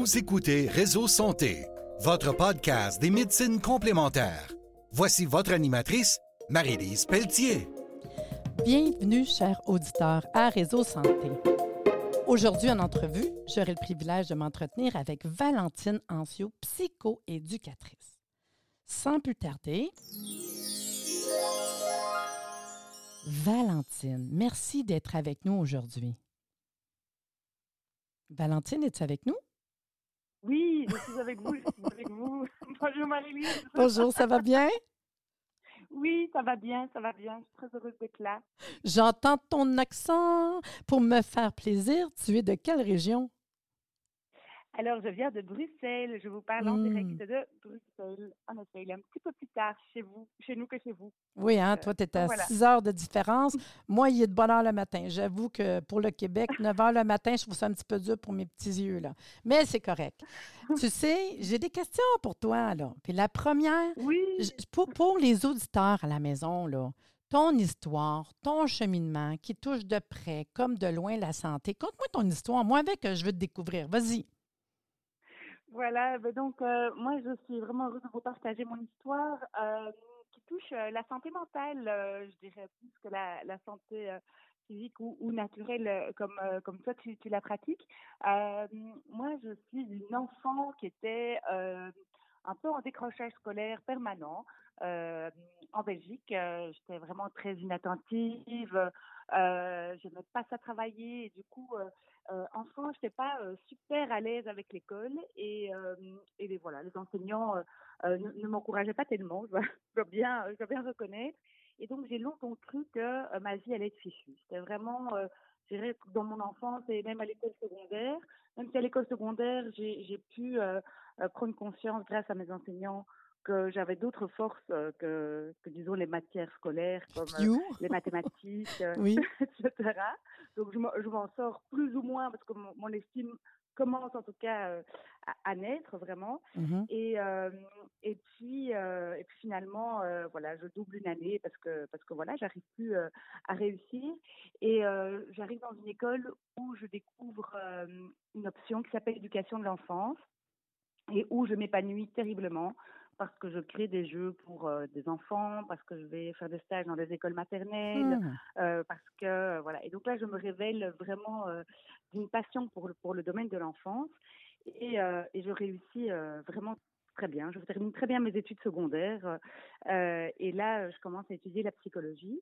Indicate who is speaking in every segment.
Speaker 1: Vous écoutez Réseau Santé, votre podcast des médecines complémentaires. Voici votre animatrice, Marie-Lise Pelletier.
Speaker 2: Bienvenue, chers auditeurs, à Réseau Santé. Aujourd'hui, en entrevue, j'aurai le privilège de m'entretenir avec Valentine Ancio, psychoéducatrice. Sans plus tarder, Valentine, merci d'être avec nous aujourd'hui. Valentine, es-tu avec nous?
Speaker 3: Oui, je suis avec vous, je suis avec vous. Bonjour Marie-Lise.
Speaker 2: Bonjour, ça va bien?
Speaker 3: Oui, ça va bien, ça va bien. Je suis très heureuse d'être là.
Speaker 2: J'entends ton accent. Pour me faire plaisir, tu es de quelle région?
Speaker 3: Alors, je viens de Bruxelles. Je vous parle en direct de Bruxelles. En effet, il est un petit peu plus tard chez nous que chez vous.
Speaker 2: Oui, hein,
Speaker 3: Donc,
Speaker 2: toi, tu es à
Speaker 3: voilà.
Speaker 2: 6 heures de différence. Moi, il est de bonne heure le matin. J'avoue que pour le Québec, 9 heures le matin, je trouve ça un petit peu dur pour mes petits yeux, là. Mais c'est correct. Tu sais, j'ai des questions pour toi, là. Puis la première,
Speaker 3: Oui.
Speaker 2: pour les auditeurs à la maison, là, ton histoire, ton cheminement qui touche de près comme de loin la santé. Conte-moi ton histoire. Moi, avec, je veux te découvrir. Vas-y.
Speaker 3: Voilà, donc moi je suis vraiment heureuse de vous partager mon histoire qui touche la santé mentale, je dirais plus que la santé physique ou naturelle comme toi tu la pratiques. Moi je suis une enfant qui était un peu en décrochage scolaire permanent en Belgique. J'étais vraiment très inattentive, je n'aimais pas ça travailler et du coup enfant, je n'étais pas super à l'aise avec l'école et voilà, les enseignants ne m'encourageaient pas tellement, je dois bien reconnaître. Et donc, j'ai longtemps cru que ma vie allait être fichue. C'était vraiment, je dirais, dans mon enfance et même à l'école secondaire. Même si à l'école secondaire, j'ai pu prendre conscience, grâce à mes enseignants, que j'avais d'autres forces que, disons, les matières scolaires comme
Speaker 2: You?
Speaker 3: les mathématiques,
Speaker 2: Oui.
Speaker 3: etc. Donc, je m'en sors plus ou moins parce que mon estime commence en tout cas à naître vraiment.
Speaker 2: Mhm.
Speaker 3: Et puis finalement, voilà, je double une année parce que voilà, j'arrive plus à réussir. Et j'arrive dans une école où je découvre une option qui s'appelle éducation de l'enfance et où je m'épanouis terriblement parce que je crée des jeux pour des enfants, parce que je vais faire des stages dans des écoles maternelles, parce que voilà. Et donc là, je me révèle vraiment d'une passion pour le domaine de l'enfance et je réussis vraiment très bien. Je termine très bien mes études secondaires et là, je commence à étudier la psychologie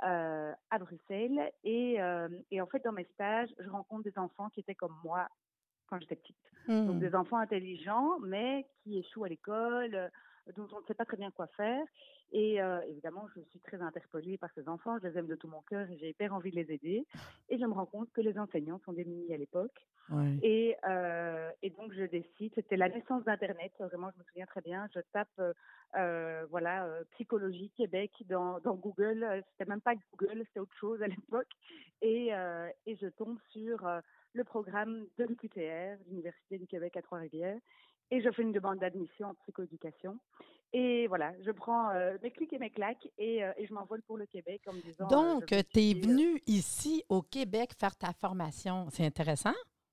Speaker 3: à Bruxelles et en fait, dans mes stages, je rencontre des enfants qui étaient comme moi quand j'étais petite. Donc des enfants intelligents, mais qui échouent à l'école, dont on ne sait pas très bien quoi faire. Et évidemment, je suis très interpellée par ces enfants, je les aime de tout mon cœur et j'ai hyper envie de les aider. Et je me rends compte que les enseignants sont démunis à l'époque.
Speaker 2: Ouais.
Speaker 3: Et donc je décide, c'était la naissance d'Internet, vraiment je me souviens très bien, je tape psychologie Québec dans Google, c'était même pas Google, c'était autre chose à l'époque, et je tombe sur le programme de l'UQTR, l'Université du Québec à Trois-Rivières, et je fais une demande d'admission en psychoéducation. Et voilà, je prends mes clics et mes claques et je m'envole pour le Québec en me disant
Speaker 2: Donc,
Speaker 3: je vais
Speaker 2: tu es
Speaker 3: étudier.
Speaker 2: venu ici au Québec faire ta formation. C'est intéressant?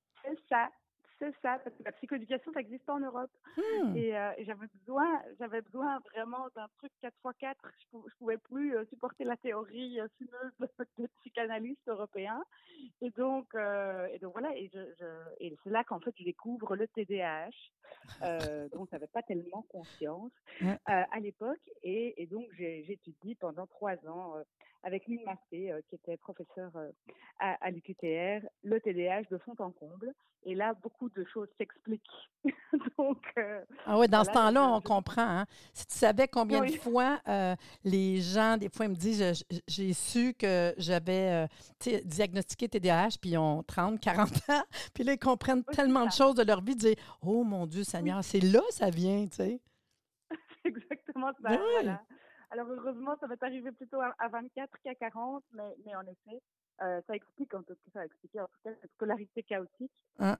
Speaker 3: C'est ça, parce que la psychoéducation, ça existe pas en Europe.
Speaker 2: Hmm.
Speaker 3: Et j'avais besoin vraiment d'un truc 4x4. Je pouvais plus supporter la théorie fumeuse de psychanalystes européens. Et donc voilà, et c'est là qu'en fait je découvre le TDAH, dont j'avais pas tellement conscience
Speaker 2: Ouais.
Speaker 3: à l'époque. Et donc j'étudie pendant 3 ans avec Lynn Massé, qui était professeur à l'UQTR, le TDAH de fond en comble. Et là, beaucoup de choses s'expliquent. Donc,
Speaker 2: Ah oui, dans ce
Speaker 3: voilà, donc
Speaker 2: temps-là, on comprend. Hein? Si tu savais combien de
Speaker 3: oui.
Speaker 2: fois les gens, des fois, ils me disent, j'ai su que j'avais diagnostiqué TDAH, puis ils ont 30, 40 ans, puis là, ils comprennent
Speaker 3: Oui, c'est
Speaker 2: tellement de
Speaker 3: ça.
Speaker 2: choses de leur vie, ils disent, oh mon Dieu Seigneur,
Speaker 3: Oui,
Speaker 2: c'est là ça vient, tu sais.
Speaker 3: c'est exactement
Speaker 2: Ben
Speaker 3: ça,
Speaker 2: oui.
Speaker 3: voilà. Alors, heureusement, ça va arriver plutôt à 24 qu'à 40, mais en effet, ça explique en tout cas, cette scolarité chaotique.
Speaker 2: Hein?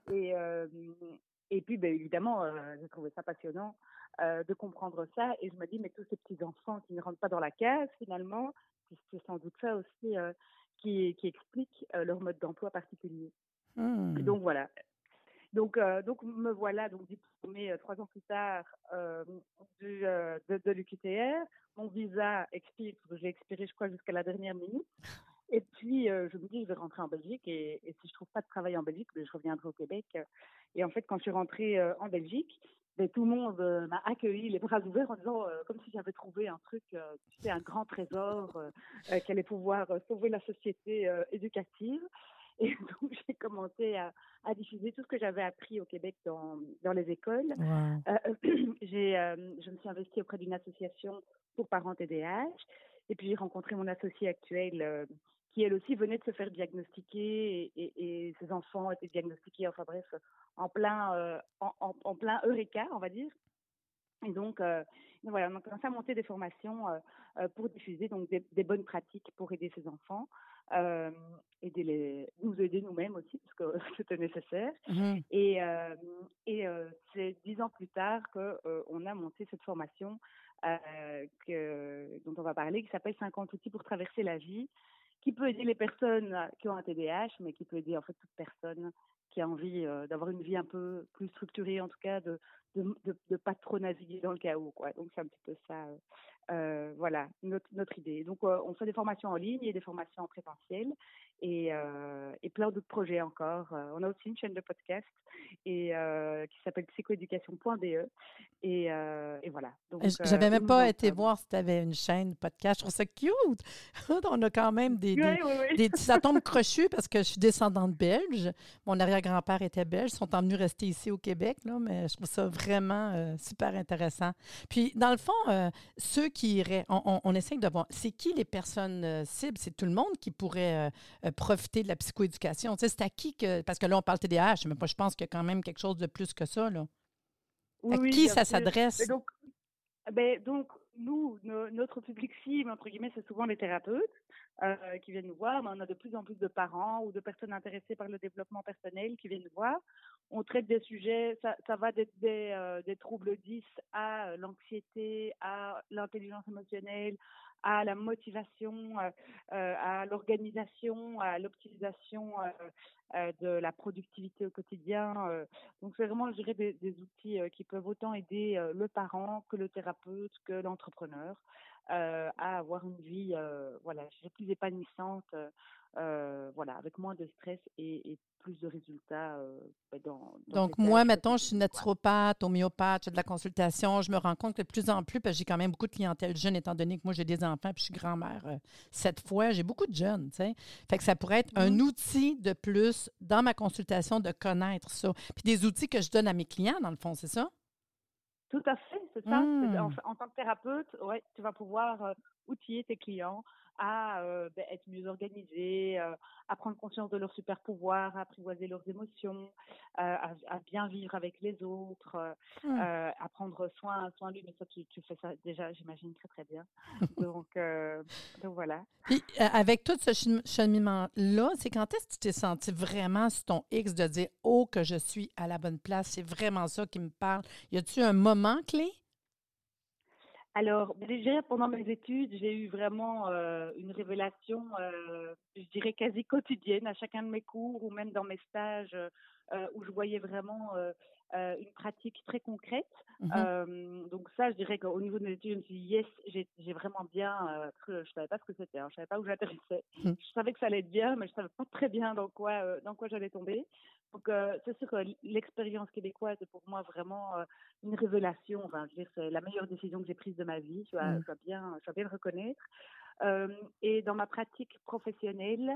Speaker 3: Et puis, ben, évidemment, j'ai trouvé ça passionnant de comprendre ça. Et je me dis, mais tous ces petits-enfants qui ne rentrent pas dans la case, finalement, c'est sans doute ça aussi qui explique leur mode d'emploi particulier. Et
Speaker 2: Hmm.
Speaker 3: donc, voilà. Donc me voilà donc diplômée 3 ans plus tard de l'UQTR. Mon visa expire, parce que j'ai expiré, je crois, jusqu'à la dernière minute. Et puis, je me dis, je vais rentrer en Belgique et si je trouve pas de travail en Belgique, ben, je reviendrai au Québec. Et en fait, quand je suis rentrée en Belgique, ben, tout le monde m'a accueilli les bras ouverts en disant, comme si j'avais trouvé un truc, tu sais, un grand trésor qui allait pouvoir sauver la société éducative. Et donc, j'ai commencé à diffuser tout ce que j'avais appris au Québec dans les écoles.
Speaker 2: Wow.
Speaker 3: Je me suis investie auprès d'une association pour parents TDAH. Et puis, j'ai rencontré mon associée actuelle qui, elle aussi, venait de se faire diagnostiquer et ses enfants étaient diagnostiqués, enfin bref, en plein Eureka, on va dire. Et donc voilà, on a commencé à monter des formations pour diffuser donc des bonnes pratiques pour aider ces enfants, euh, nous aider nous-mêmes aussi, parce que c'était nécessaire.
Speaker 2: Mhm.
Speaker 3: Et c'est 10 ans plus tard qu'on a monté cette formation dont on va parler, qui s'appelle 50 outils pour traverser la vie, qui peut aider les personnes qui ont un TDAH, mais qui peut aider en fait toute personne qui a envie d'avoir une vie un peu plus structurée, en tout cas de pas trop naviguer dans le chaos, quoi. Donc c'est un petit peu ça, voilà, notre idée. Donc on fait des formations en ligne et des formations en présentiel et plein d'autres projets encore. On a aussi une chaîne de podcast qui s'appelle psychoéducation.be et voilà. Donc
Speaker 2: J'avais
Speaker 3: où
Speaker 2: même
Speaker 3: nous
Speaker 2: pas
Speaker 3: en
Speaker 2: été
Speaker 3: sommes.
Speaker 2: voir si tu avais une chaîne podcast. Je trouve ça cute. On a quand même
Speaker 3: Oui, oui, oui.
Speaker 2: des petits atomes crochus parce que je suis descendante belge. Mon arrière-grand-père était belge. Ils sont emmenés rester ici au Québec, là, mais je trouve ça vraiment super intéressant. Puis, dans le fond, ceux qui iraient, on essaye de voir, c'est qui les personnes cibles? C'est tout le monde qui pourrait profiter de la psychoéducation. Tu sais, c'est à qui que. Parce que là, on parle TDAH, mais moi, je pense qu'il y a quand même quelque chose de plus que ça, là.
Speaker 3: Oui,
Speaker 2: À
Speaker 3: oui,
Speaker 2: qui
Speaker 3: bien
Speaker 2: ça
Speaker 3: sûr. Mais
Speaker 2: s'adresse?
Speaker 3: donc nous, notre public cible, entre guillemets, c'est souvent les thérapeutes qui viennent nous voir, mais on a de plus en plus de parents ou de personnes intéressées par le développement personnel qui viennent nous voir. On traite des sujets, ça va des troubles 10 à l'anxiété, à l'intelligence émotionnelle, à la motivation, à l'organisation, à l'optimisation de la productivité au quotidien. Donc, c'est vraiment, je dirais, des outils qui peuvent autant aider le parent que le thérapeute, que l'entrepreneur à avoir une vie voilà, je dirais plus épanouissante, voilà, avec moins de stress et plus de résultats dans ses
Speaker 2: Donc, moi,
Speaker 3: tâches
Speaker 2: mettons, je suis
Speaker 3: quotidiennes, quoi.
Speaker 2: naturopathe, homéopathe, je fais de la consultation. Je me rends compte que de plus en plus, parce que j'ai quand même beaucoup de clientèle jeune, étant donné que moi, j'ai des enfants puis je suis grand-mère 7 fois. J'ai beaucoup de jeunes, tu sais. Fait que ça pourrait être un
Speaker 3: Mhm.
Speaker 2: outil de plus dans ma consultation de connaître ça. Puis des outils que je donne à mes clients, dans le fond, c'est ça?
Speaker 3: Tout à fait, c'est ça.
Speaker 2: Hum.
Speaker 3: En tant que thérapeute, ouais, tu vas pouvoir outiller tes clients à être mieux organisés, à prendre conscience de leurs super pouvoirs, à apprivoiser leurs émotions, à bien vivre avec les autres,
Speaker 2: Hum.
Speaker 3: à prendre soin de lui. Mais ça, tu fais ça déjà, j'imagine, très très bien. Donc, donc voilà.
Speaker 2: Puis, avec tout ce cheminement-là, c'est quand est-ce que tu t'es senti vraiment sur ton X de dire Oh, que je suis à la bonne place, c'est vraiment ça qui me parle. Y a-tu un moment clé?
Speaker 3: Alors, déjà, pendant mes études, j'ai eu vraiment une révélation, je dirais quasi quotidienne à chacun de mes cours ou même dans mes stages où je voyais vraiment une pratique très concrète.
Speaker 2: Mhm.
Speaker 3: Donc ça, je dirais qu'au niveau de mes études, je me suis dit, yes, j'ai vraiment bien, je savais pas ce que c'était, hein, je savais pas où j'atterrissais.
Speaker 2: Mhm.
Speaker 3: Je savais que ça allait être bien, mais je savais pas très bien dans quoi j'allais tomber. Donc, c'est sûr que l'expérience québécoise est pour moi vraiment une révélation. Enfin, je veux dire, c'est la meilleure décision que j'ai prise de ma vie. Je dois bien le reconnaître. Et dans ma pratique professionnelle,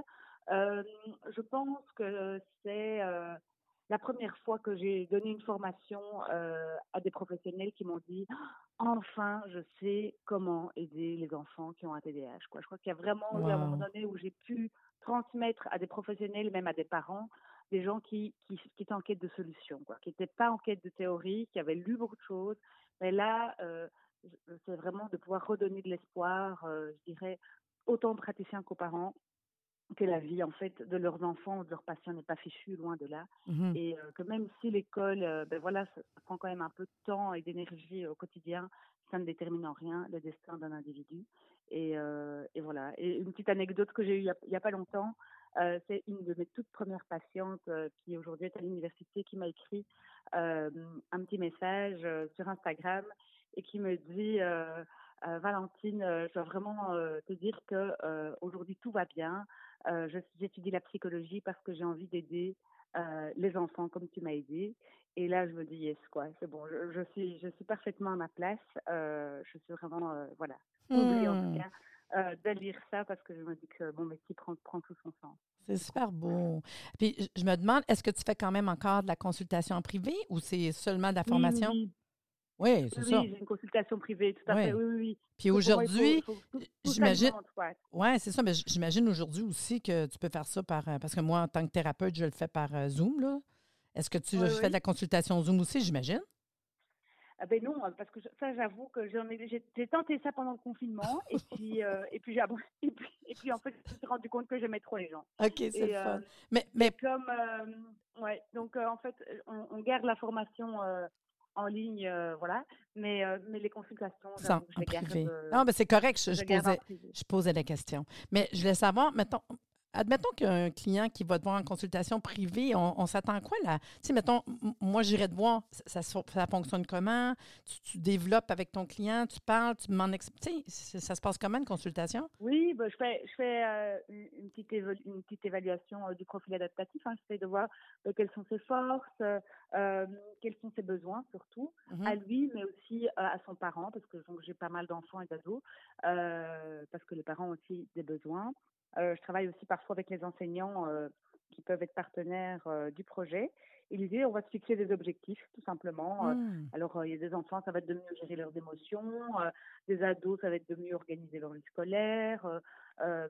Speaker 3: je pense que c'est la première fois que j'ai donné une formation à des professionnels qui m'ont dit enfin, je sais comment aider les enfants qui ont un TDAH, quoi. Je crois qu'il y a vraiment eu un moment
Speaker 2: Wow.
Speaker 3: donné où j'ai pu transmettre à des professionnels, même à des parents, des gens qui étaient en quête de solutions, quoi, qui n'étaient pas en quête de théorie, qui avaient lu beaucoup de choses. Mais là, c'est vraiment de pouvoir redonner de l'espoir, je dirais, autant aux praticiens qu'aux parents, que la vie, en fait, de leurs enfants ou de leurs patients n'est pas fichue, loin de là.
Speaker 2: Mhm.
Speaker 3: Et que même si l'école, voilà, ça prend quand même un peu de temps et d'énergie au quotidien, ça ne détermine en rien le destin d'un individu. Et voilà. Et une petite anecdote que j'ai eue il y a pas longtemps, C'est une de mes toutes premières patientes qui aujourd'hui est à l'université qui m'a écrit un petit message sur Instagram et qui me dit Valentine, je dois vraiment te dire que aujourd'hui tout va bien. J'étudie la psychologie parce que j'ai envie d'aider les enfants comme tu m'as aidé. Et là, je me dis yes, quoi. C'est bon, je suis parfaitement à ma place. Je suis vraiment, voilà, comblée en tout
Speaker 2: Hmm,
Speaker 3: cas de lire ça parce que je me dis que mon métier prend tout son sens.
Speaker 2: c'est
Speaker 3: Du coup,
Speaker 2: super beau. Puis je me demande, est-ce que tu fais quand même encore de la consultation en privé ou c'est seulement de la
Speaker 3: oui, oui,
Speaker 2: formation?
Speaker 3: oui.
Speaker 2: Oui,
Speaker 3: Oui,
Speaker 2: c'est ça.
Speaker 3: oui, j'ai une consultation privée, tout à fait.
Speaker 2: Oui.
Speaker 3: Oui, oui, oui.
Speaker 2: Puis
Speaker 3: Parce que pour moi, il
Speaker 2: aujourd'hui,
Speaker 3: faut que tout
Speaker 2: j'imagine,
Speaker 3: s'alimente, quoi.
Speaker 2: ouais, c'est ça, mais j'imagine aujourd'hui aussi que tu peux faire ça parce que moi, en tant que thérapeute, je le fais par Zoom, là. Est-ce que tu
Speaker 3: Oui,
Speaker 2: fais de
Speaker 3: oui.
Speaker 2: la consultation Zoom aussi, j'imagine?
Speaker 3: Ah ben non, parce que ça, j'avoue que j'ai tenté ça pendant le confinement et puis en fait, je me suis rendu compte que j'aimais trop les gens.
Speaker 2: OK, c'est le
Speaker 3: Et,
Speaker 2: fun.
Speaker 3: euh,
Speaker 2: Mais,
Speaker 3: et
Speaker 2: mais
Speaker 3: comme, ouais, donc en fait, on garde la formation en ligne, voilà, mais les consultations,
Speaker 2: sans,
Speaker 3: j'avoue que
Speaker 2: en
Speaker 3: je les garde,
Speaker 2: privé. Non, mais c'est correct,
Speaker 3: je
Speaker 2: je
Speaker 3: les garde en
Speaker 2: posais,
Speaker 3: privé.
Speaker 2: je posais la question. Mais je voulais savoir, admettons qu'un client qui va te voir en consultation privée, on s'attend à quoi là? Tu sais, mettons, moi, j'irais te voir, ça fonctionne comment? Tu développes avec ton client, tu parles, tu demandes, tu sais, ça se passe comment une consultation?
Speaker 3: Oui, bah, je fais une petite évaluation du profil adaptatif. Hein. J'essaie de voir quelles sont ses forces, quels sont ses besoins surtout, à
Speaker 2: Mhm.
Speaker 3: lui, mais aussi à son parent, parce que donc, j'ai pas mal d'enfants et d'ados, parce que les parents ont aussi des besoins. Je travaille aussi parfois avec les enseignants qui peuvent être partenaires du projet. Et l'idée, on va se fixer des objectifs, tout simplement.
Speaker 2: Hmm.
Speaker 3: Alors, il y a des enfants, ça va être de mieux gérer leurs émotions. Des ados, ça va être de mieux organiser leur vie scolaire. Euh,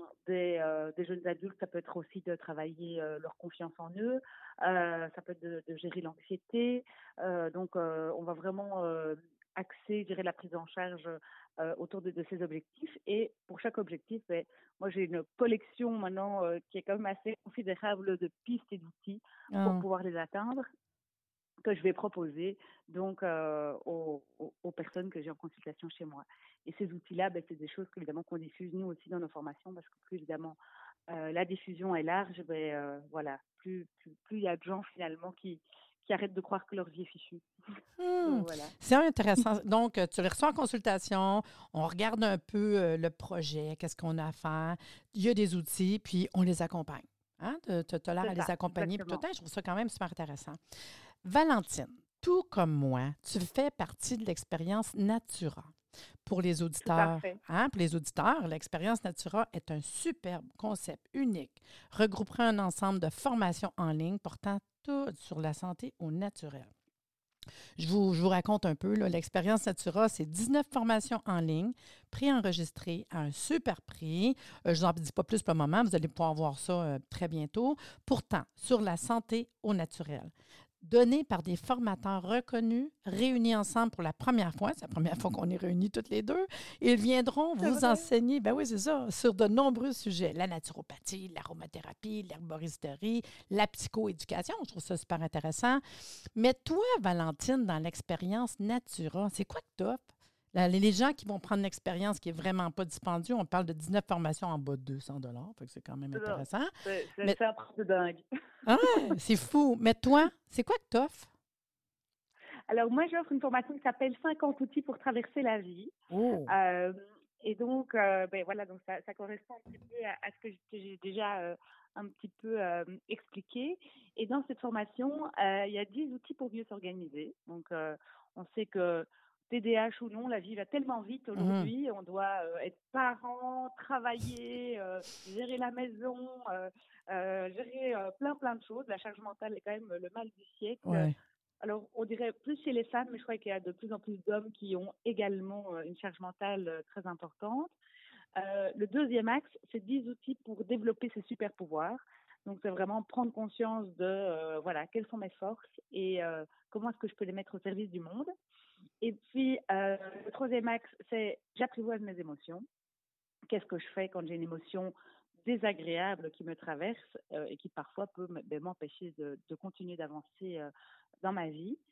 Speaker 3: des jeunes adultes, ça peut être aussi de travailler leur confiance en eux. Ça peut être de gérer l'anxiété. Donc, on va vraiment axer, je dirais, la prise en charge autour de ces objectifs. Et pour chaque objectif, ben, moi, j'ai une collection maintenant qui est quand même assez considérable de pistes et d'outils pour
Speaker 2: Ah.
Speaker 3: pouvoir les atteindre que je vais proposer donc aux personnes que j'ai en consultation chez moi. Et ces outils-là, ben, c'est des choses qu'évidemment qu'on diffuse nous aussi dans nos formations parce que plus évidemment la diffusion est large, ben, voilà, plus il y a de gens finalement qui arrêtent de croire que leur vie est fichue.
Speaker 2: Hmm.
Speaker 3: Donc voilà.
Speaker 2: C'est intéressant. Donc, tu les reçois en consultation, on regarde un peu le projet, qu'est-ce qu'on a à faire. Il y a des outils, puis on les accompagne. Hein? Tu as l'air
Speaker 3: C'est
Speaker 2: à les
Speaker 3: ça,
Speaker 2: accompagner, puis tout.
Speaker 3: exactement.
Speaker 2: Je trouve ça quand même super intéressant. Valentine, tout comme moi, tu fais partie de l'expérience Natura. Pour les
Speaker 3: Tout à
Speaker 2: auditeurs,
Speaker 3: fait.
Speaker 2: hein, pour les auditeurs, l'expérience Natura est un superbe concept unique, regroupant un ensemble de formations en ligne portant tout sur la santé au naturel. Je vous raconte un peu. Là, l'expérience Natura, c'est 19 formations en ligne, préenregistrées à un super prix. Je ne vous en dis pas plus pour le moment, vous allez pouvoir voir ça très bientôt. Pourtant, sur la santé au naturel. Données par des formateurs reconnus, réunis ensemble pour la première fois. C'est la première fois qu'on est réunis toutes les deux. Ils viendront
Speaker 3: C'est
Speaker 2: vous
Speaker 3: vrai.
Speaker 2: enseigner, ben oui, c'est ça, sur de nombreux sujets. La naturopathie, l'aromathérapie, l'herboristerie, la psychoéducation. Je trouve ça super intéressant. Mais toi, Valentine, dans l'expérience Natura, c'est quoi que tu offres? Les gens qui vont prendre l'expérience qui est vraiment pas dispendieux, on parle de 19 formations en bas de 200 fait que c'est quand même
Speaker 3: C'est ça.
Speaker 2: intéressant.
Speaker 3: C'est
Speaker 2: Mais
Speaker 3: un truc de dingue.
Speaker 2: ah, c'est fou. Mais toi, c'est quoi que tu offres?
Speaker 3: Alors moi, j'offre une formation qui s'appelle 50 outils pour traverser la vie.
Speaker 2: Oh.
Speaker 3: Euh, et donc, ben voilà, donc ça correspond un petit peu à ce que j'ai déjà un petit peu expliqué. Et dans cette formation, il y a 10 outils pour mieux s'organiser. Donc, on sait que TDAH ou non, la vie va tellement vite
Speaker 2: Mhm.
Speaker 3: aujourd'hui. On doit être parent, travailler, gérer la maison, gérer plein de choses. La charge mentale est quand même le mal du siècle.
Speaker 2: Ouais.
Speaker 3: Alors, on dirait plus chez les femmes, mais je crois qu'il y a de plus en plus d'hommes qui ont également une charge mentale très importante. Le deuxième axe, c'est 10 outils pour développer ses super pouvoirs. Donc, c'est vraiment prendre conscience de, voilà, quelles sont mes forces et comment est-ce que je peux les mettre au service du monde. Et puis, le troisième axe, c'est j'apprivoise mes émotions. Qu'est-ce que je fais quand j'ai une émotion désagréable qui me traverse et qui parfois peut m'empêcher de continuer d'avancer dans ma vie.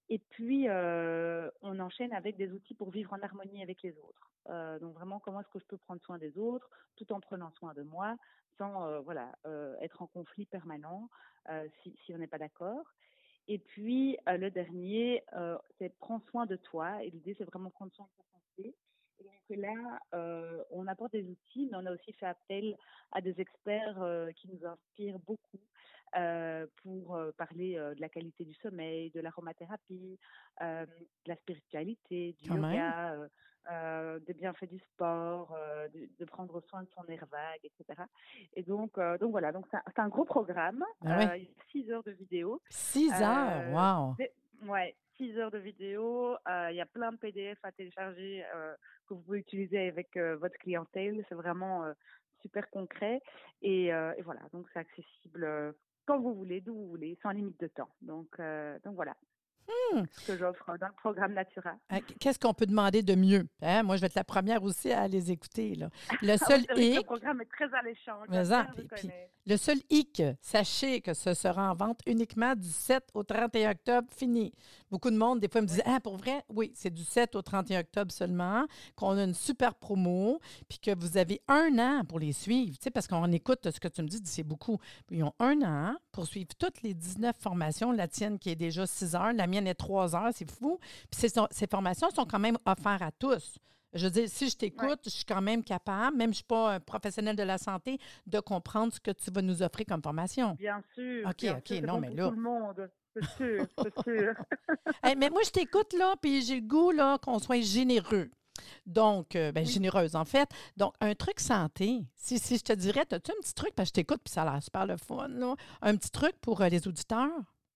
Speaker 3: Et puis, on enchaîne avec des outils pour vivre en harmonie avec les autres. Donc vraiment, comment est-ce que je peux prendre soin des autres tout en prenant soin de moi, sans être en conflit permanent si on n'est pas d'accord. Et puis, le dernier, c'est prends soin de toi. Et l'idée, c'est vraiment prendre soin de ta santé. Et donc là, on apporte des outils, mais on a aussi fait appel à des experts qui nous inspirent beaucoup pour parler de la qualité du sommeil, de l'aromathérapie, de la spiritualité, du
Speaker 2: Quand même.
Speaker 3: yoga, des bienfaits du sport, de prendre soin de son nerf vague, etc. Et donc voilà, donc c'est un gros programme,
Speaker 2: Ben oui.
Speaker 3: il y a 6 heures de vidéo.
Speaker 2: 6 heures,
Speaker 3: Euh,
Speaker 2: wow!
Speaker 3: ouais, 6 heures de vidéo. Il y a plein de PDF à télécharger que vous pouvez utiliser avec votre clientèle. C'est vraiment super concret. Et voilà, donc c'est accessible quand vous voulez, d'où vous voulez, sans limite de temps. Donc voilà ce que j'offre dans le programme Natura.
Speaker 2: Qu'est-ce qu'on peut demander de mieux? Hein? Moi, je vais être la première aussi à les écouter, là. Le
Speaker 3: Ah oui,
Speaker 2: seul
Speaker 3: c'est vrai que le
Speaker 2: hic,
Speaker 3: programme est très alléchant.
Speaker 2: mais
Speaker 3: J'aime bien
Speaker 2: puis
Speaker 3: reconnaître.
Speaker 2: le seul hic, sachez que ce sera en vente uniquement du 7 au 31 octobre, fini. Beaucoup de monde, des fois, me disent,
Speaker 3: Oui,
Speaker 2: ah, pour vrai? Oui, c'est du 7 au 31 octobre seulement, qu'on a une super promo, puis que vous avez 1 an pour les suivre, tu sais, parce qu'on écoute ce que tu me dis, c'est beaucoup. Ils ont 1 an pour suivre toutes les 19 formations, la tienne qui est déjà 6 heures, la mienne est 3 heures, c'est fou. Puis ces formations sont quand même offertes à tous. Je veux dire, si je
Speaker 3: ouais,
Speaker 2: t'écoute, je suis quand même capable, même je ne suis pas un professionnel de la santé, de comprendre ce que tu vas nous offrir comme formation.
Speaker 3: bien sûr,
Speaker 2: OK,
Speaker 3: bien
Speaker 2: OK,
Speaker 3: sûr. C'est
Speaker 2: non,
Speaker 3: bon
Speaker 2: mais
Speaker 3: pour tout
Speaker 2: là.
Speaker 3: le monde. C'est sûr, c'est sûr.
Speaker 2: Hey, mais moi, je t'écoute, là, puis j'ai le goût, là, qu'on soit généreux. Donc,
Speaker 3: Oui.
Speaker 2: généreuse, en fait. Donc, un truc santé. Si je te dirais, as-tu un petit truc, parce que je t'écoute, puis ça a l'air super le fun, là. Un petit truc pour les auditeurs?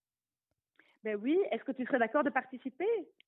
Speaker 3: Ben oui, est-ce que tu serais d'accord de participer?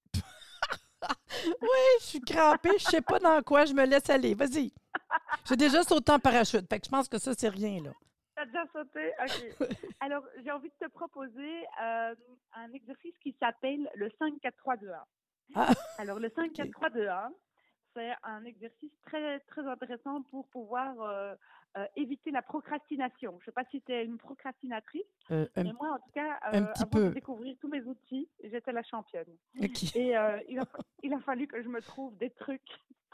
Speaker 2: Oui, je suis crampée, je sais pas dans quoi, je me laisse aller. Vas-y. J'ai déjà sauté en parachute, fait que je pense que ça, c'est rien, là.
Speaker 3: T'as déjà sauté? OK. Alors, j'ai envie de te proposer un exercice qui s'appelle le 5-4-3-2-1.
Speaker 2: Ah,
Speaker 3: Alors, le
Speaker 2: OK.
Speaker 3: 5-4-3-2-1, c'est un exercice très, très intéressant pour pouvoir éviter la procrastination. Je ne sais pas si tu es une procrastinatrice,
Speaker 2: Euh, un,
Speaker 3: mais moi, en tout cas,
Speaker 2: un petit
Speaker 3: avant de
Speaker 2: peu.
Speaker 3: découvrir tous mes outils, j'étais la championne.
Speaker 2: OK.
Speaker 3: Et il a fallu que je me trouve des trucs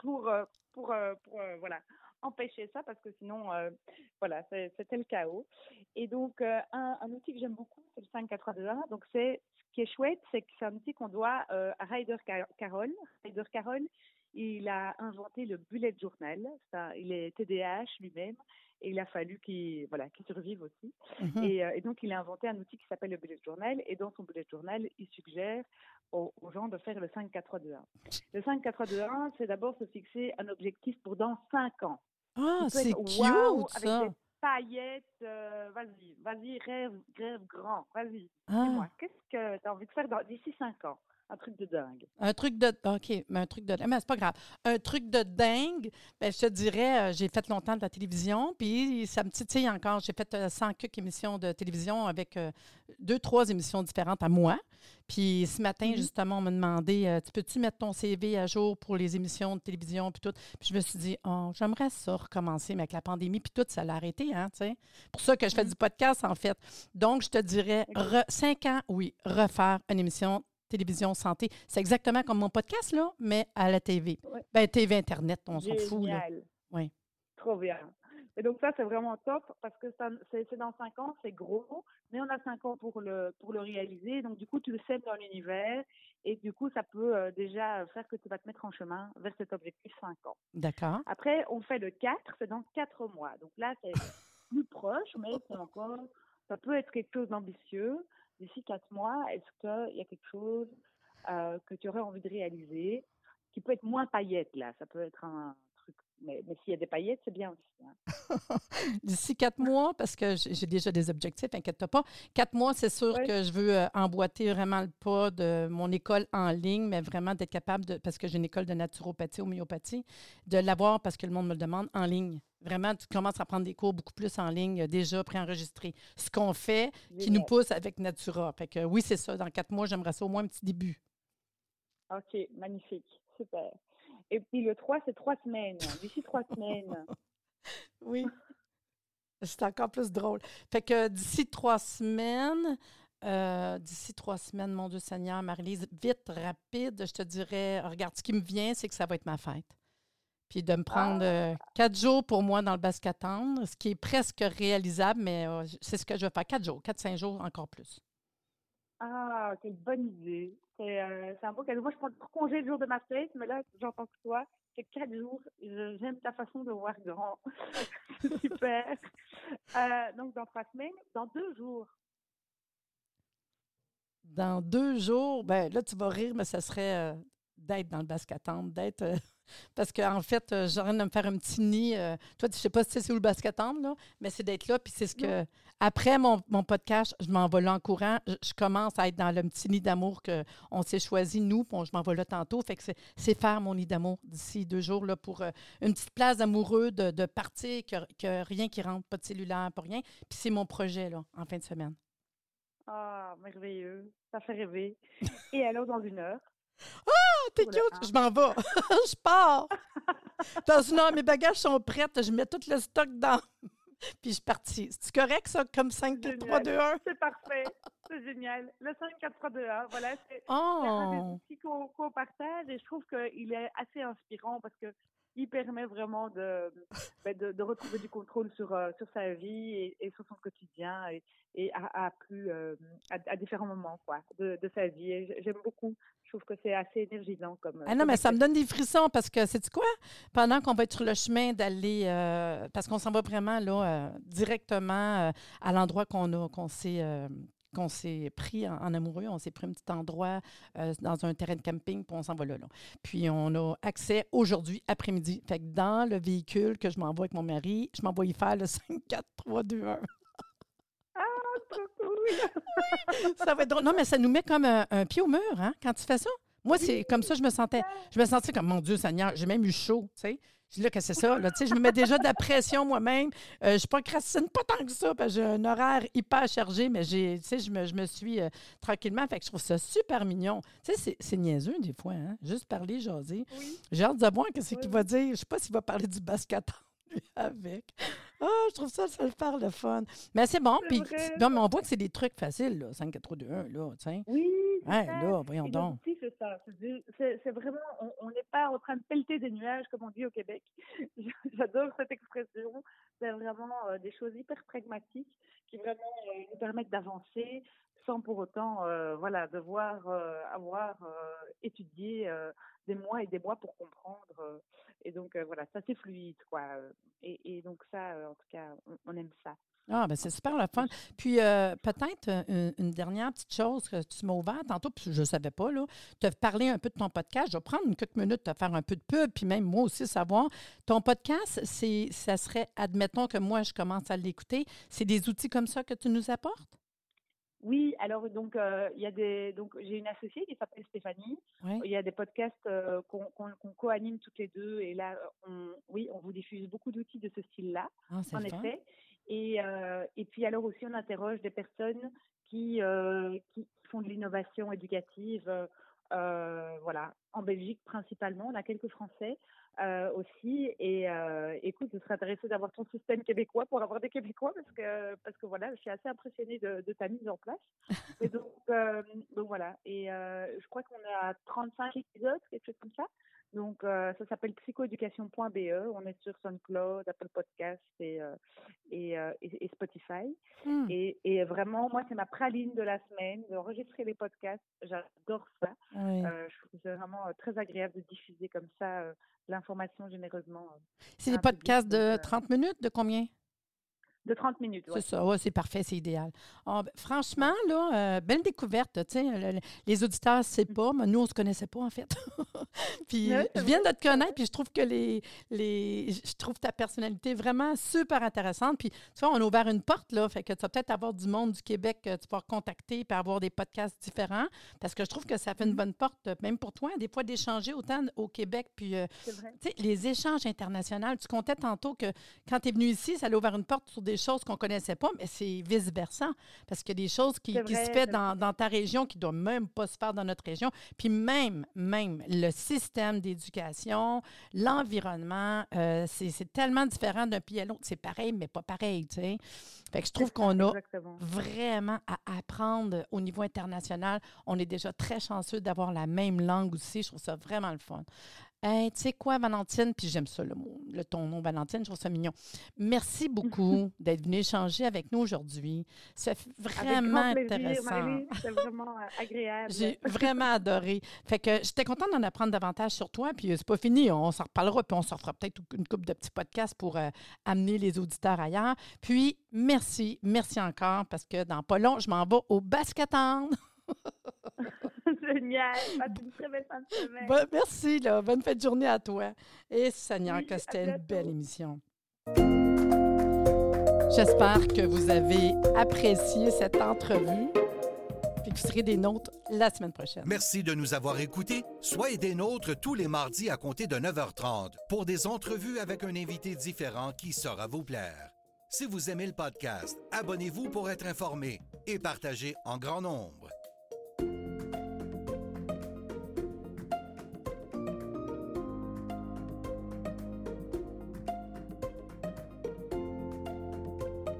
Speaker 3: pour voilà, empêcher ça, parce que sinon, voilà, c'était le chaos. Et donc, un outil que j'aime beaucoup, c'est le 5-4-2-1. Donc, ce qui est chouette, c'est que c'est un outil qu'on doit à Ryder Carroll. Ryder Carroll, il a inventé le bullet journal. Il est TDAH lui-même. Et il a fallu qu'il survive aussi.
Speaker 2: Mhm.
Speaker 3: Et donc, il a inventé un outil qui s'appelle le bullet journal. Et dans son bullet journal, il suggère aux gens de faire le 5-4-3-2-1. Le 5-4-3-2-1, c'est d'abord se fixer un objectif pour dans 5 ans, qui
Speaker 2: Ah,
Speaker 3: peut
Speaker 2: c'est
Speaker 3: être waouh,
Speaker 2: cute,
Speaker 3: avec des
Speaker 2: ça.
Speaker 3: paillettes. Vas-y, rêve grand, vas-y.
Speaker 2: Ah,
Speaker 3: Dis-moi, qu'est-ce que tu as envie de faire d'ici 5 ans? Un truc de dingue.
Speaker 2: un truc de. OK, mais un truc de. Mais c'est pas grave. Un truc de dingue, ben, je te dirais, j'ai fait longtemps de la télévision, puis ça me titille encore. J'ai fait 100 quelques émissions de télévision avec 2, 3 émissions différentes à moi. Puis ce matin,
Speaker 3: Mhm.
Speaker 2: justement, on m'a demandé tu peux-tu mettre ton CV à jour pour les émissions de télévision, puis tout. Puis je me suis dit, oh, j'aimerais ça recommencer, mais avec la pandémie, puis tout, ça l'a arrêté, hein, tu sais. Pour ça que je fais
Speaker 3: Mhm.
Speaker 2: du podcast, en fait. Donc, je te dirais,
Speaker 3: OK.
Speaker 2: 5 ans, oui, refaire une émission télévision santé. C'est exactement comme mon podcast, là, mais à la TV.
Speaker 3: Ouais.
Speaker 2: Ben, TV Internet, on s'en fout, là.
Speaker 3: Génial.
Speaker 2: Oui.
Speaker 3: Trop bien. Et donc ça, c'est vraiment top parce que c'est dans 5 ans, c'est gros, mais on a 5 ans pour le réaliser. Donc du coup, tu le sèmes dans l'univers et du coup, ça peut déjà faire que tu vas te mettre en chemin vers cet objectif 5 ans.
Speaker 2: D'accord.
Speaker 3: Après, on fait le 4, c'est dans 4 mois. Donc là, c'est plus proche, mais c'est encore, ça peut être quelque chose d'ambitieux. D'ici 4 mois, est-ce qu'il y a quelque chose que tu aurais envie de réaliser qui peut être moins paillette là? Ça peut être un truc, mais s'il y a des paillettes, c'est bien aussi, hein.
Speaker 2: D'ici 4 mois, parce que j'ai déjà des objectifs, inquiète-toi pas. 4 mois, c'est sûr
Speaker 3: Ouais.
Speaker 2: que je veux emboîter vraiment le pas de mon école en ligne, mais vraiment d'être capable de, parce que j'ai une école de naturopathie, homéopathie, de l'avoir parce que le monde me le demande en ligne. Vraiment, tu commences à prendre des cours beaucoup plus en ligne, déjà préenregistrés. Ce qu'on fait qui nous
Speaker 3: Génial.
Speaker 2: pousse avec Natura. Fait que oui, c'est ça. Dans 4 mois, j'aimerais ça au moins un petit début.
Speaker 3: Ok, magnifique, super. Et puis le 3, c'est 3 semaines. D'ici 3 semaines.
Speaker 2: Oui. C'est encore plus drôle. Fait que d'ici 3 semaines, d'ici 3 semaines, mon Dieu Seigneur, Marie-Lise, vite, rapide, je te dirais, regarde, ce qui me vient, c'est que ça va être ma fête. Puis de me prendre 4 jours pour moi dans le basket-tendre, ce qui est presque réalisable, mais c'est ce que je vais faire. 4 jours, 4-5 jours, encore plus.
Speaker 3: Ah, quelle bonne idée. C'est un beau cadeau. Moi, je prends pour congé le jour de ma fête, mais là, j'entends que toi, c'est 4 jours. J'aime ta façon de voir grand. Super. Donc, dans 3 semaines, dans 2 jours.
Speaker 2: Dans 2 jours, ben là, tu vas rire, mais ça serait d'être dans le basket-tendre, d'être... parce qu'en fait, j'aurais de me faire un petit nid. Toi, je ne sais pas si c'est où le basket-tendre, là, mais c'est d'être là. Puis c'est ce que... Après mon podcast, je m'en vais là en courant. Je commence à être dans le petit nid d'amour qu'on s'est choisi, nous. Bon, je m'en vais là tantôt. Fait que c'est faire mon nid d'amour d'ici 2 jours là, pour une petite place d'amoureux, de partir, que rien qui rentre, pas de cellulaire, pas rien. Puis c'est mon projet, là, en fin de semaine.
Speaker 3: Ah, merveilleux. Ça fait rêver. Et alors, dans 1 heure?
Speaker 2: Ah, t'es cute! Je m'en vais. Je pars. Dans 1 heure, mes bagages sont prêts. Je mets tout le stock dans... Puis je suis partie. C'est correct, ça, comme 5, 4, 3, 2, 1?
Speaker 3: C'est parfait. C'est génial. Le 5, 4, 3, 2, 1. Voilà, c'est un des outils qu'on partage et je trouve qu'il est assez inspirant parce qu'il permet vraiment de retrouver du contrôle sur sa vie et sur son quotidien et à différents moments quoi, de sa vie. Et j'aime beaucoup. Je trouve que c'est assez énergisant comme...
Speaker 2: Ah non, mais ça me donne des frissons parce que, sais-tu quoi? Pendant qu'on va être sur le chemin d'aller... parce qu'on s'en va vraiment là directement à l'endroit qu'on s'est pris en amoureux. On s'est pris un petit endroit dans un terrain de camping, puis on s'en va là. Puis on a accès aujourd'hui, après-midi. Fait que dans le véhicule que je m'envoie avec mon mari, je m'envoie y faire le 5, 4, 3, 2, 1.
Speaker 3: Trop cool!
Speaker 2: Oui, ça va être drôle. Non, mais ça nous met comme un pied au mur, hein, quand tu fais ça. Moi, c'est comme ça, je me sentais comme, mon Dieu Seigneur, j'ai même eu chaud, tu sais. Je dis là, que c'est ça, là, tu sais, je me mets déjà de la pression moi-même. Je procrastine pas tant que ça, parce que j'ai un horaire hyper chargé, mais tu sais, je me suis tranquillement, fait que je trouve ça super mignon. Tu sais, c'est niaiseux des fois, hein, juste parler, jaser. Oui. J'ai hâte de voir qu'est-ce qu'il va dire. Je sais pas s'il va parler du basket avec. Je trouve ça le parle le fun. Mais c'est bon, puis on voit que c'est des trucs faciles, là, 5, 4, 3, 2, 1, là, tu sais.
Speaker 3: Oui,
Speaker 2: ouais, là, voyons donc.
Speaker 3: Si, c'est ça. C'est vraiment, on n'est pas en train de pelleter des nuages, comme on dit au Québec. J'adore cette expression. C'est vraiment des choses hyper pragmatiques qui vraiment nous permettent d'avancer sans pour autant devoir avoir étudié des mois et des mois pour comprendre. Et donc, voilà, ça c'est fluide, quoi. Et donc ça, en tout cas, on aime ça.
Speaker 2: Ah, bien, c'est super le fun. Puis, peut-être une dernière petite chose que tu m'as ouvert tantôt, puis je ne savais pas, là, te parler un peu de ton podcast. Je vais prendre quelques minutes de te faire un peu de pub, puis même moi aussi savoir. Ton podcast, ça serait, admettons que moi, je commence à l'écouter, c'est des outils comme ça que tu nous apportes?
Speaker 3: Oui, alors donc j'ai une associée qui s'appelle Stéphanie. Oui. Il y a des podcasts qu'on co-anime toutes les deux et là on vous diffuse beaucoup d'outils de ce style-là, en effet. Et puis alors aussi on interroge des personnes qui font de l'innovation éducative, en Belgique principalement. On a quelques Français aussi et écoute, je serais intéressée d'avoir ton système québécois pour avoir des Québécois parce que voilà, je suis assez impressionnée de ta mise en place. Et donc voilà, et je crois qu'on est à 35 épisodes, quelque chose comme ça. Donc ça s'appelle psychoéducation.be. On est sur SoundCloud, Apple Podcasts et Spotify. Et vraiment, moi, c'est ma praline de la semaine d'enregistrer les podcasts. J'adore ça. Oui. Je trouve que c'est vraiment très agréable de diffuser comme ça l'information généreusement.
Speaker 2: C'est des podcasts de 30 minutes, de combien?
Speaker 3: De 30 minutes, oui.
Speaker 2: C'est ça, ouais, c'est parfait, c'est idéal. Franchement, là, belle découverte, tu sais, les auditeurs ne savent pas, mais nous, on ne se connaissait pas, en fait. Puis, je viens de te connaître, puis je trouve que je trouve ta personnalité vraiment super intéressante. Puis, tu vois, on a ouvert une porte, là, fait que tu vas peut-être avoir du monde du Québec que tu vas contacter puis avoir des podcasts différents, parce que je trouve que ça fait une bonne porte, même pour toi, des fois, d'échanger autant au Québec, puis, tu sais, les échanges internationaux. Tu comptais tantôt que quand tu es venu ici, ça a ouvert une porte sur des choses qu'on ne connaissait pas, mais c'est vice-versa. Parce qu'il y a des choses qui se font dans ta région qui ne doivent même pas se faire dans notre région. Puis même le système d'éducation, l'environnement, c'est tellement différent d'un pays à l'autre. C'est pareil, mais pas pareil, tu sais. Fait que je trouve qu'on a
Speaker 3: Exactement.
Speaker 2: vraiment à apprendre au niveau international. On est déjà très chanceux d'avoir la même langue aussi. Je trouve ça vraiment le fun. Hey, tu sais quoi, Valentine? Puis j'aime ça, ton nom, Valentine, je trouve ça mignon. Merci beaucoup d'être venue échanger avec nous aujourd'hui. Ça fait vraiment
Speaker 3: Avec grand plaisir,
Speaker 2: intéressant.
Speaker 3: Marie, c'était vraiment agréable.
Speaker 2: J'ai vraiment adoré. Fait que j'étais contente d'en apprendre davantage sur toi. Puis c'est pas fini, on s'en reparlera. Puis on s'en fera peut-être une couple de petits podcasts pour amener les auditeurs ailleurs. Puis merci encore parce que dans pas long, je m'en vais au Basque-Tendre.
Speaker 3: Génial. Passe une très belle fin de semaine.
Speaker 2: Merci, là. Bonne fête de journée à toi. Et Seigneur,
Speaker 3: Oui,
Speaker 2: que
Speaker 3: à
Speaker 2: c'était une
Speaker 3: bientôt.
Speaker 2: belle émission. J'espère que vous avez apprécié cette entrevue et que vous serez des nôtres la semaine prochaine.
Speaker 1: Merci de nous avoir écoutés. Soyez des nôtres tous les mardis à compter de 9h30 pour des entrevues avec un invité différent qui saura vous plaire. Si vous aimez le podcast, abonnez-vous pour être informé et partagez en grand nombre.